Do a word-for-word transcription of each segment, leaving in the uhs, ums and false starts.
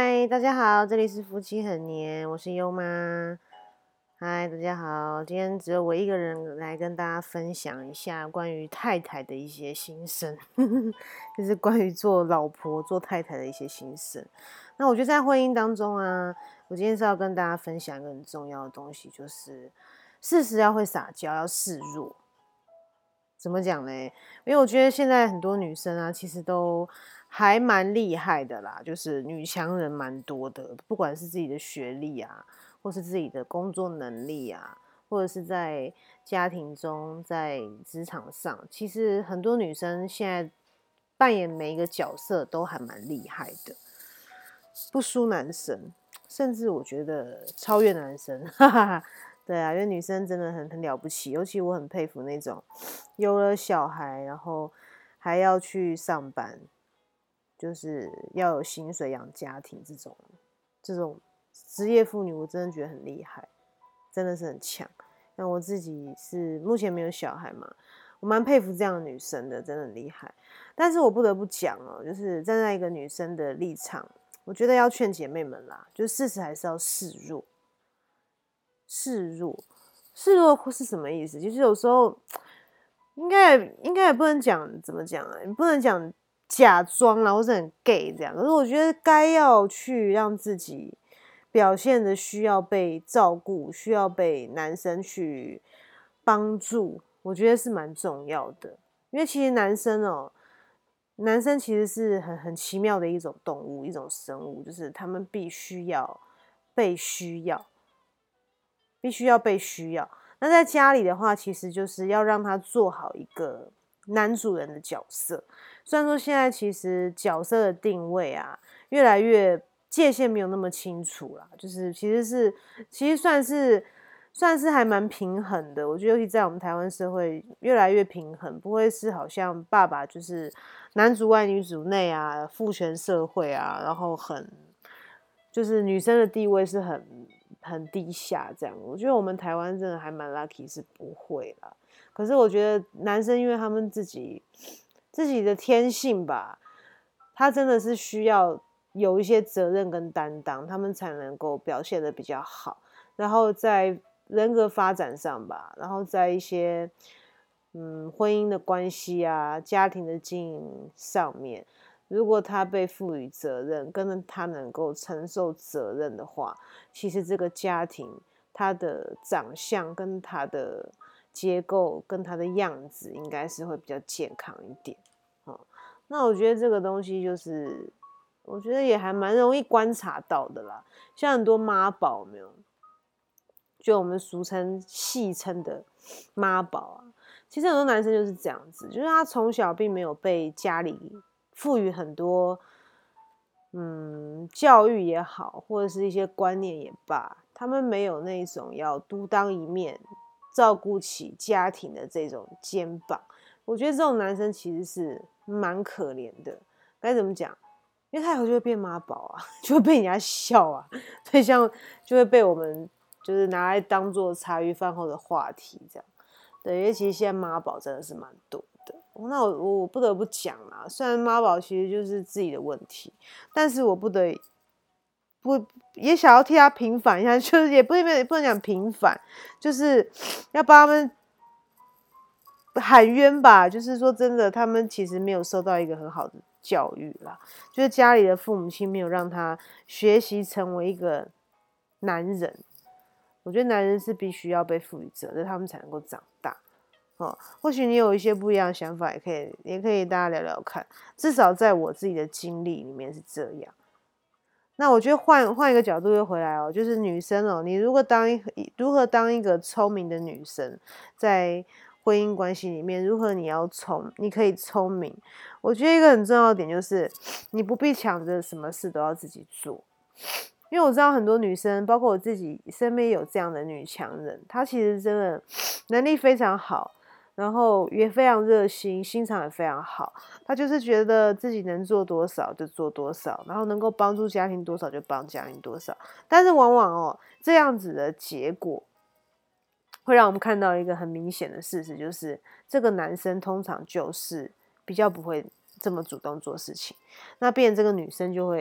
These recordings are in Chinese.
嗨，大家好，这里是夫妻很黏，我是优妈。嗨，大家好，今天只有我一个人来跟大家分享一下关于太太的一些心声，就是关于做老婆、做太太的一些心声。那我觉得在婚姻当中啊，我今天是要跟大家分享一个很重要的东西，就是事实要会撒娇，要示弱。怎么讲呢？因为我觉得现在很多女生啊，其实都还蛮厉害的啦，就是女强人蛮多的，不管是自己的学历啊，或是自己的工作能力啊，或者是在家庭中、在职场上，其实很多女生现在扮演每一个角色都还蛮厉害的，不输男生，甚至我觉得超越男生，哈哈哈。对啊，因为女生真的很很了不起，尤其我很佩服那种有了小孩，然后还要去上班，就是要有薪水养家庭这种这种职业妇女，我真的觉得很厉害，真的是很强。那我自己是目前没有小孩嘛，我蛮佩服这样的女生的，真的很厉害。但是我不得不讲哦，就是站在一个女生的立场，我觉得要劝姐妹们啦，就是事实还是要示弱。示弱，示弱是什么意思？其实有时候应该也应该也不能讲怎么讲啊，也不能讲假装啦，或是很 gay 这样。可是我觉得该要去让自己表现的需要被照顾，需要被男生去帮助，我觉得是蛮重要的。因为其实男生哦，男生其实是很很奇妙的一种动物，一种生物，就是他们必须要被需要。必须要被需要。那在家里的话，其实就是要让他做好一个男主人的角色。虽然说现在其实角色的定位啊，越来越界限没有那么清楚啦，就是其实是其实算是算是还蛮平衡的。我觉得尤其在我们台湾社会越来越平衡，不会是好像爸爸就是男主外女主内啊，父权社会啊，然后很就是女生的地位是很很低下这样。我觉得我们台湾真的还蛮 lucky 是不会啦。可是我觉得男生因为他们自己自己的天性吧，他真的是需要有一些责任跟担当，他们才能够表现得比较好。然后在人格发展上吧，然后在一些嗯婚姻的关系啊、家庭的经营上面，如果他被赋予责任，跟他能够承受责任的话，其实这个家庭他的长相跟他的结构跟他的样子，应该是会比较健康一点。哦，那我觉得这个东西就是，我觉得也还蛮容易观察到的啦。像很多妈宝，有没有？就我们俗称戏称的妈宝啊，其实很多男生就是这样子，就是他从小并没有被家里赋予很多嗯教育也好，或者是一些观念也罢，他们没有那种要独当一面、照顾起家庭的这种肩膀。我觉得这种男生其实是蛮可怜的。该怎么讲？因为他以后就会变妈宝啊，就会被人家笑啊，所以像就会被我们就是拿来当做茶余饭后的话题这样。对，因为其实现在妈宝真的是蛮多的。那我我不得不讲啦，虽然妈宝其实就是自己的问题，但是我不得不也想要替他平反一下，就是也不也不能讲平反，就是要帮他们喊冤吧。就是说真的，他们其实没有受到一个很好的教育啦，就是家里的父母亲没有让他学习成为一个男人。我觉得男人是必须要被赋予责任，他们才能够长大。哦，或许你有一些不一样的想法，也可以，也可以大家聊聊看。至少在我自己的经历里面是这样。那我觉得换换一个角度又回来哦，就是女生哦，你如果当一如何当一个聪明的女生，在婚姻关系里面，如何你要聪，你可以聪明。我觉得一个很重要的点就是，你不必抢着什么事都要自己做。因为我知道很多女生，包括我自己身边有这样的女强人，她其实真的能力非常好，然后也非常热心，心肠也非常好。她就是觉得自己能做多少就做多少，然后能够帮助家庭多少就帮家庭多少。但是往往哦，这样子的结果会让我们看到一个很明显的事实，就是这个男生通常就是比较不会这么主动做事情，那变成这个女生就会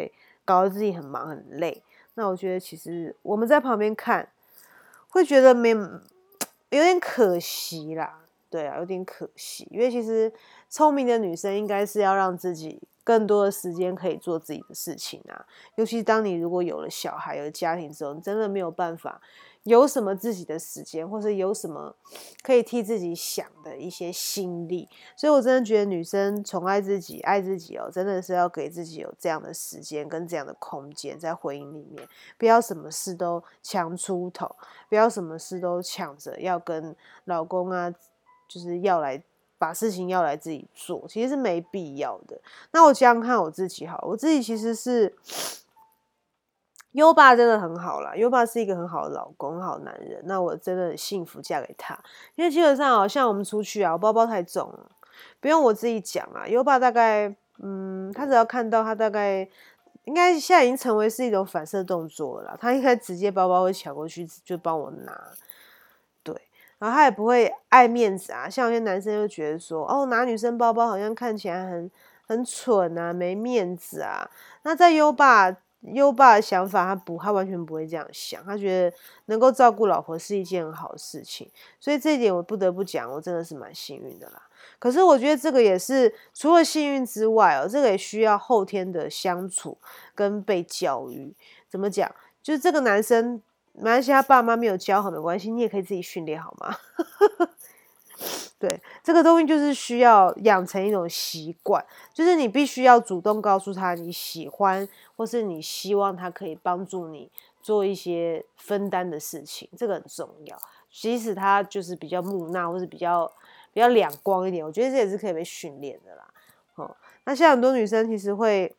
搞得自己很忙很累。那我觉得其实我们在旁边看，会觉得没有点可惜啦。对啊，有点可惜，因为其实聪明的女生应该是要让自己更多的时间可以做自己的事情啊。尤其当你如果有了小孩、有了家庭之后，你真的没有办法有什么自己的时间，或是有什么可以替自己想的一些心力。所以我真的觉得女生宠爱自己、爱自己哦，真的是要给自己有这样的时间跟这样的空间，在婚姻里面，不要什么事都抢出头，不要什么事都抢着要跟老公啊。就是要来把事情要来自己做，其实是没必要的。那我想想看我自己好，我自己其实是优爸真的很好啦，优爸是一个很好的老公，很好的男人。那我真的很幸福嫁给他，因为基本上好像我们出去啊，我包包太重了，不用我自己讲啊，优爸大概嗯，他只要看到他大概。应该现在已经成为是一种反射动作了啦，他应该直接包包会抢过去就帮我拿。然后他也不会爱面子啊，像有些男生就觉得说，哦，拿女生包包好像看起来很很蠢啊，没面子啊。那在优爸优爸的想法，他不，他完全不会这样想，他觉得能够照顾老婆是一件很好的事情，所以这一点我不得不讲，我真的是蛮幸运的啦。可是我觉得这个也是除了幸运之外哦，这个也需要后天的相处跟被教育。怎么讲？就是这个男生。没关系，他爸妈没有教好没关系，你也可以自己训练好吗？对，这个东西就是需要养成一种习惯，就是你必须要主动告诉他你喜欢，或是你希望他可以帮助你做一些分担的事情，这个很重要。即使他就是比较木讷，或是比较比较两光一点，我觉得这也是可以被训练的啦。哦，那像很多女生其实会。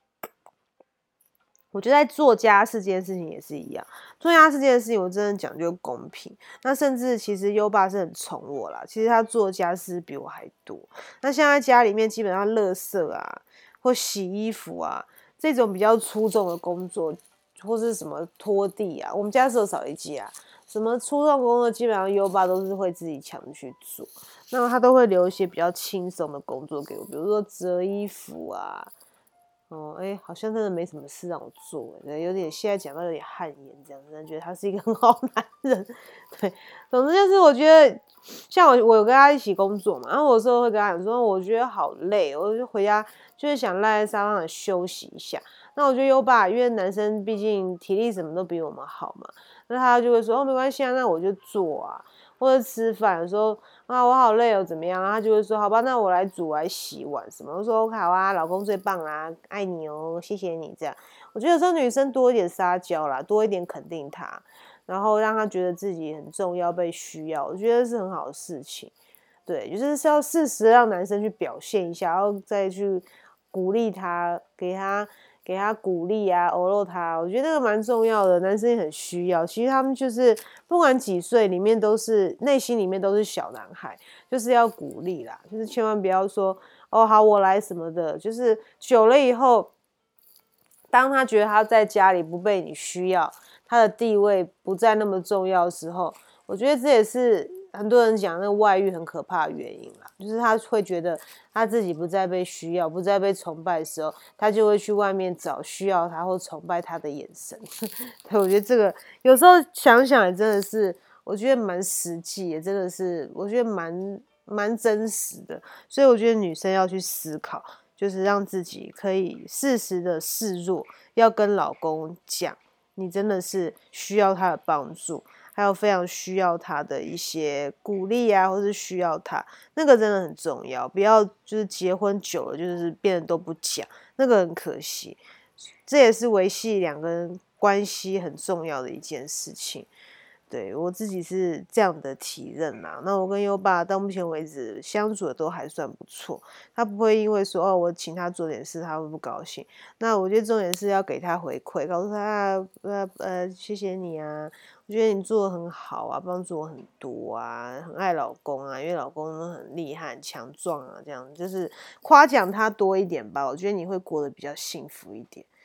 我觉得在做家事这件事情也是一样，做家事这件事情我真的讲究公平。那甚至其实优爸是很宠我啦，其实他做家事比我还多。那现在家里面基本上垃圾啊，或洗衣服啊这种比较粗重的工作，或是什么拖地啊，我们家是有扫地机啊，什么粗重工作基本上优爸都是会自己抢着去做。那么他都会留一些比较轻松的工作给我，比如说折衣服啊。哦，哎，好像真的没什么事让我做，有点现在讲到有点汗颜这样，真的觉得他是一个很好男人。对，总之就是我觉得，像我，我有跟他一起工作嘛，然后我有时候会跟他讲说，我觉得好累，我就回家就是想赖在沙发上休息一下。那我觉得优爸，因为男生毕竟体力什么都比我们好嘛，那他就会说，哦，没关系啊，那我就做啊。或者吃饭，有时候啊我好累哦，怎么样？他就会说好吧，那我来煮，我来洗碗什么。我说好啊，老公最棒啊，爱你哦，谢谢你这样。我觉得有时候女生多一点撒娇啦，多一点肯定他，然后让他觉得自己很重要，被需要，我觉得是很好的事情。对，就是是要适时让男生去表现一下，然后再去鼓励他，给他。给他鼓励啊，偶肉他，我觉得那个蛮重要的，男生也很需要。其实他们就是不管几岁，里面都是内心里面都是小男孩，就是要鼓励啦，就是千万不要说哦好我来什么的，就是久了以后，当他觉得他在家里不被你需要，他的地位不再那么重要的时候，我觉得这也是很多人讲那个外遇很可怕的原因啦，就是他会觉得他自己不再被需要，不再被崇拜的时候，他就会去外面找需要他或崇拜他的眼神。对，我觉得这个有时候想想也真的是，我觉得蛮实际，也真的是我觉得蛮蛮真实的。所以我觉得女生要去思考，就是让自己可以适时的示弱，要跟老公讲，你真的是需要他的帮助。还有非常需要他的一些鼓励啊，或是需要他，那个真的很重要。不要就是结婚久了，就是变得都不讲，那个很可惜。这也是维系两个人关系很重要的一件事情。对，我自己是这样的体认啦。那我跟优爸到目前为止相处的都还算不错，他不会因为说哦我请他做点事他会不高兴。那我觉得重点是要给他回馈，告诉他呃呃谢谢你啊，我觉得你做的很好啊，帮助我很多啊，很爱老公啊，因为老公都很厉害、很强壮啊，这样就是夸奖他多一点吧，我觉得你会过得比较幸福一点。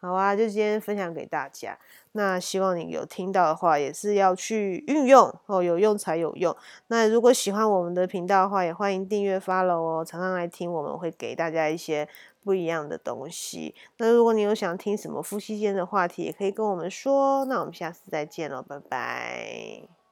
好啊，就今天分享给大家。那希望你有听到的话，也是要去运用哦，有用才有用。那如果喜欢我们的频道的话，也欢迎订阅 follow 哦，常常来听，我们会给大家一些不一样的东西。那如果你有想听什么夫妻间的话题，也可以跟我们说。那我们下次再见喽，拜拜。